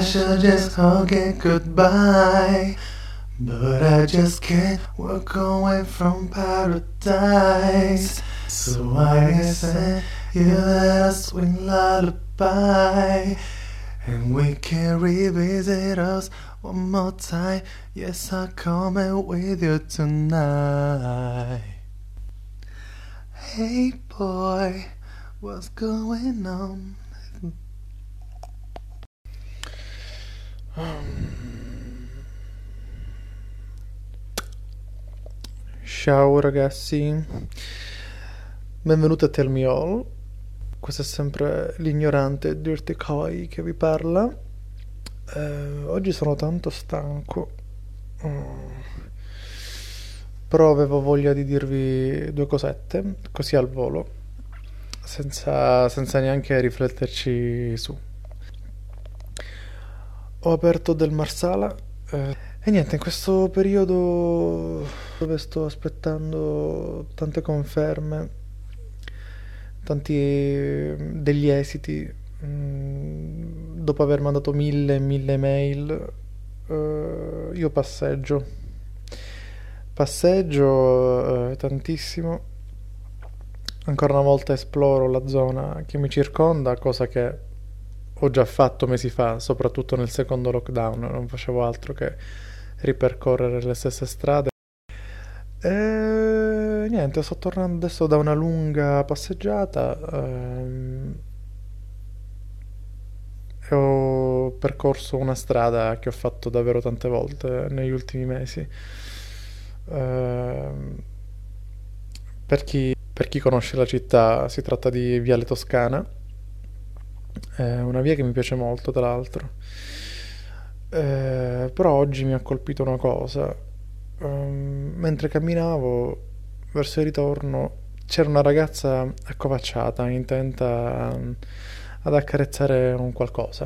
should just hug it goodbye, but I just can't walk away from paradise. So I say you let us swing lullaby, and we can revisit us one more time. Yes, I'm coming with you tonight. Hey boy, what's going on? Ciao ragazzi, benvenuti a Tell Me All. Questo è sempre l'ignorante Dirty Koi che vi parla. Oggi sono tanto stanco, però avevo voglia di dirvi due cosette, così al volo, senza neanche rifletterci su. Ho aperto del Marsala e niente, in questo periodo dove sto aspettando tante conferme, tanti degli esiti, dopo aver mandato mille mail, io passeggio tantissimo. Ancora una volta esploro la zona che mi circonda, cosa che ho già fatto mesi fa, soprattutto nel secondo lockdown. Non facevo altro che ripercorrere le stesse strade. E niente, sto tornando adesso da una lunga passeggiata e ho percorso una strada che ho fatto davvero tante volte negli ultimi mesi. Per chi conosce la città, si tratta di Viale Toscana. È una via che mi piace molto, tra l'altro. Però oggi mi ha colpito una cosa. Mentre camminavo verso il ritorno c'era una ragazza accovacciata, intenta ad accarezzare un qualcosa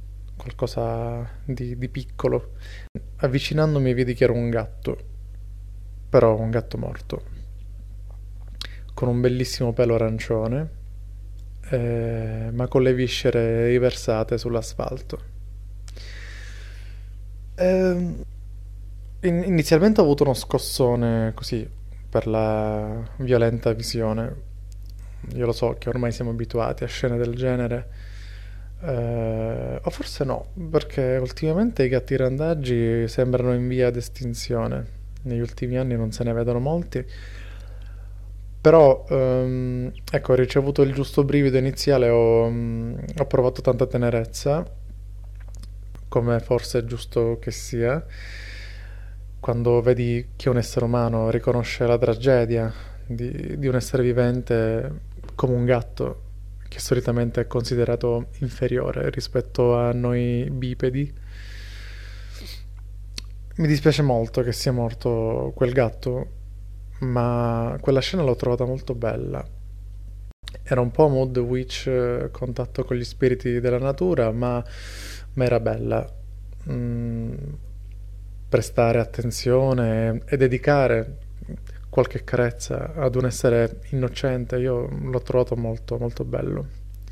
di piccolo. Avvicinandomi vidi che era un gatto, però un gatto morto, con un bellissimo pelo arancione, ma con le viscere riversate sull'asfalto. Inizialmente ho avuto uno scossone così per la violenta visione. Io lo so che ormai siamo abituati a scene del genere, o forse no, perché ultimamente i gatti randaggi sembrano in via d'estinzione. Negli ultimi anni non se ne vedono molti. Però, ecco, ho ricevuto il giusto brivido iniziale, ho provato tanta tenerezza, come forse è giusto che sia, quando vedi che un essere umano riconosce la tragedia di un essere vivente come un gatto, che solitamente è considerato inferiore rispetto a noi bipedi. Mi dispiace molto che sia morto quel gatto, ma quella scena l'ho trovata molto bella. Era un po' mood witch, contatto con gli spiriti della natura, ma era bella. Prestare attenzione e dedicare qualche carezza ad un essere innocente, io l'ho trovato molto molto bello.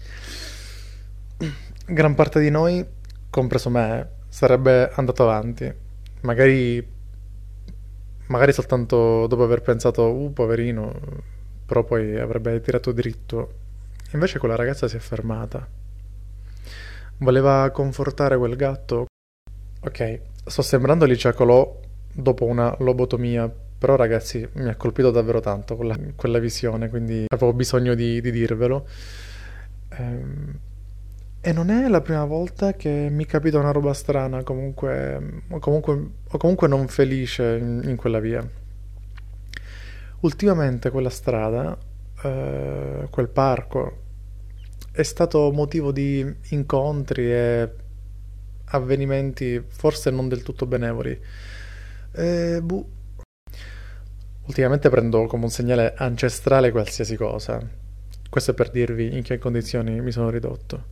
Gran parte di noi, compreso me, sarebbe andato avanti, magari soltanto dopo aver pensato, poverino, però poi avrebbe tirato dritto. Invece quella ragazza si è fermata. Voleva confortare quel gatto. Ok, sto sembrando Licia Colò dopo una lobotomia, però ragazzi, mi ha colpito davvero tanto quella visione, quindi avevo bisogno di dirvelo. E non è la prima volta che mi capita una roba strana, o comunque non felice in quella via. Ultimamente quella strada, quel parco, è stato motivo di incontri e avvenimenti forse non del tutto benevoli. Ultimamente prendo come un segnale ancestrale qualsiasi cosa. Questo è per dirvi in che condizioni mi sono ridotto.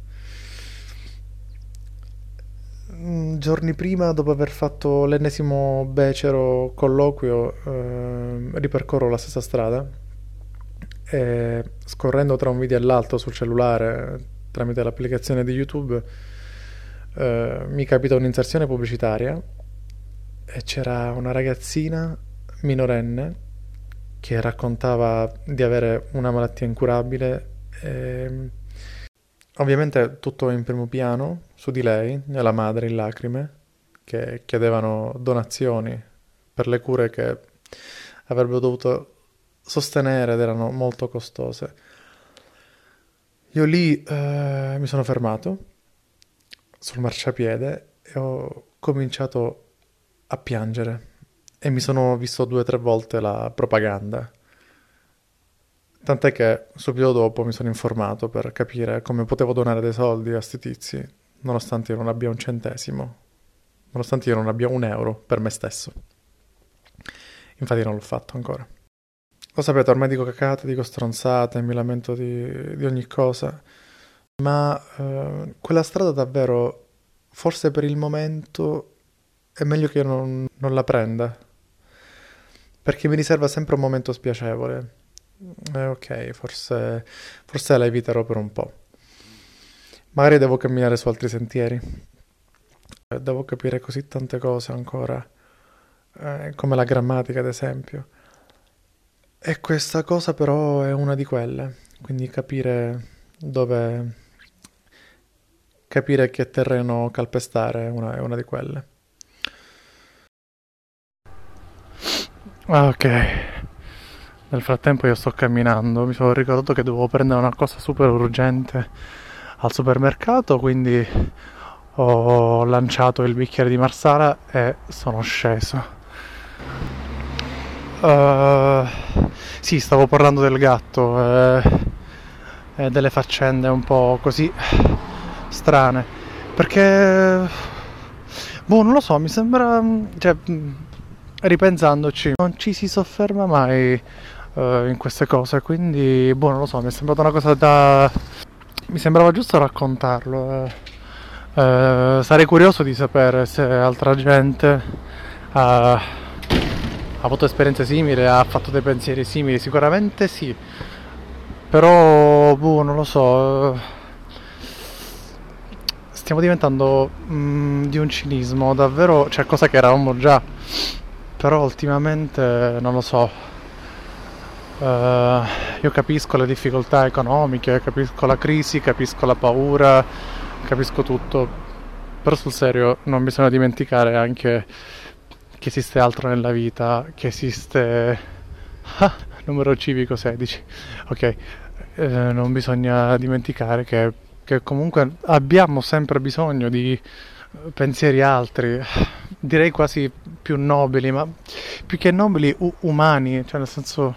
Giorni prima, dopo aver fatto l'ennesimo becero colloquio, ripercorro la stessa strada e, scorrendo tra un video e l'altro sul cellulare tramite l'applicazione di YouTube, mi capita un'inserzione pubblicitaria e c'era una ragazzina minorenne che raccontava di avere una malattia incurabile. Ovviamente tutto in primo piano su di lei e la madre in lacrime che chiedevano donazioni per le cure che avrebbero dovuto sostenere ed erano molto costose. Io lì mi sono fermato sul marciapiede e ho cominciato a piangere e mi sono visto 2 o 3 volte la propaganda. Tant'è che subito dopo mi sono informato per capire come potevo donare dei soldi a sti tizi, nonostante io non abbia un centesimo, nonostante io non abbia un euro per me stesso. Infatti non l'ho fatto ancora. Lo sapete, ormai dico cacate, dico stronzate, mi lamento di ogni cosa, ma quella strada davvero, forse per il momento, è meglio che io non la prenda, perché mi riserva sempre un momento spiacevole. Ok, forse la eviterò per un po'. Magari devo camminare su altri sentieri. Devo capire così tante cose ancora, come la grammatica, ad esempio. E questa cosa però è una di quelle, quindi capire che terreno calpestare è una di quelle. Ok, nel frattempo io sto camminando, mi sono ricordato che dovevo prendere una cosa super urgente al supermercato, quindi ho lanciato il bicchiere di Marsala e sono sceso. Sì, stavo parlando del gatto e delle faccende un po' così strane, perché non lo so, mi sembra, cioè, ripensandoci, non ci si sofferma mai in queste cose, quindi non lo so, mi è sembrata una cosa mi sembrava giusto raccontarlo. Sarei curioso di sapere se altra gente ha avuto esperienze simili, ha fatto dei pensieri simili, sicuramente sì, però non lo so, stiamo diventando di un cinismo davvero, cioè cosa che eravamo già, però ultimamente non lo so. Io capisco le difficoltà economiche, capisco la crisi, capisco la paura, capisco tutto, però sul serio non bisogna dimenticare anche che esiste altro nella vita, che esiste numero civico 16, ok, non bisogna dimenticare che comunque abbiamo sempre bisogno di pensieri altri, direi quasi più nobili, ma più che nobili umani, cioè nel senso,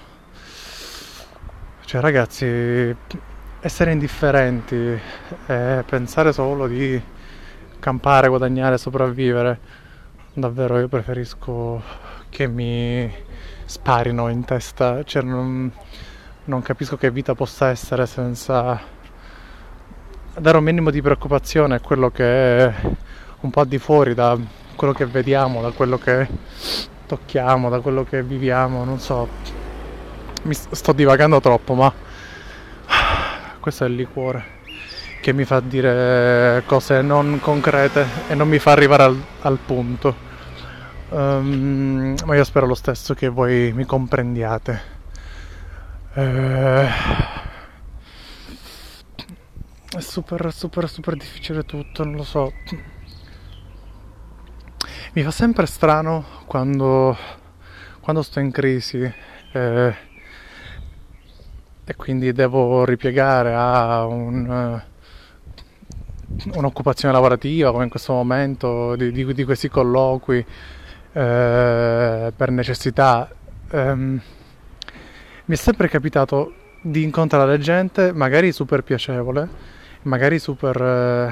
cioè ragazzi, essere indifferenti e pensare solo di campare, guadagnare, sopravvivere, davvero io preferisco che mi sparino in testa, cioè non capisco che vita possa essere senza dare un minimo di preoccupazione a quello che è un po' al di fuori da quello che vediamo, da quello che tocchiamo, da quello che viviamo, non so, mi sto divagando troppo, ma questo è il liquore che mi fa dire cose non concrete e non mi fa arrivare al punto. Ma io spero lo stesso che voi mi comprendiate. È super difficile tutto, non lo so. Mi fa sempre strano quando sto in crisi e quindi devo ripiegare a un'occupazione lavorativa come in questo momento di questi colloqui per necessità. Mi è sempre capitato di incontrare gente magari super piacevole, magari super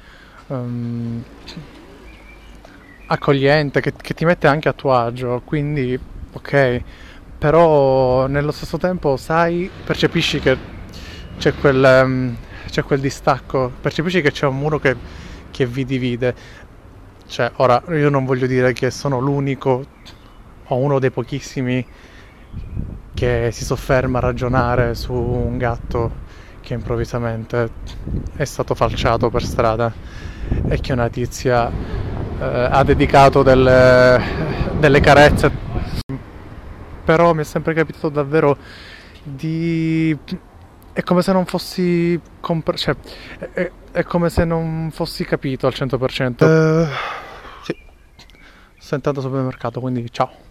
accogliente, che ti mette anche a tuo agio, quindi ok, però nello stesso tempo percepisci che c'è quel distacco, percepisci che c'è un muro che vi divide. Cioè, ora io non voglio dire che sono l'unico o uno dei pochissimi che si sofferma a ragionare su un gatto che improvvisamente è stato falciato per strada e che una tizia ha dedicato delle carezze, però mi è sempre capitato davvero di... È come se non fossi... cioè, è come se non fossi capito al 100%. Sì, sto entrando al supermercato, quindi ciao.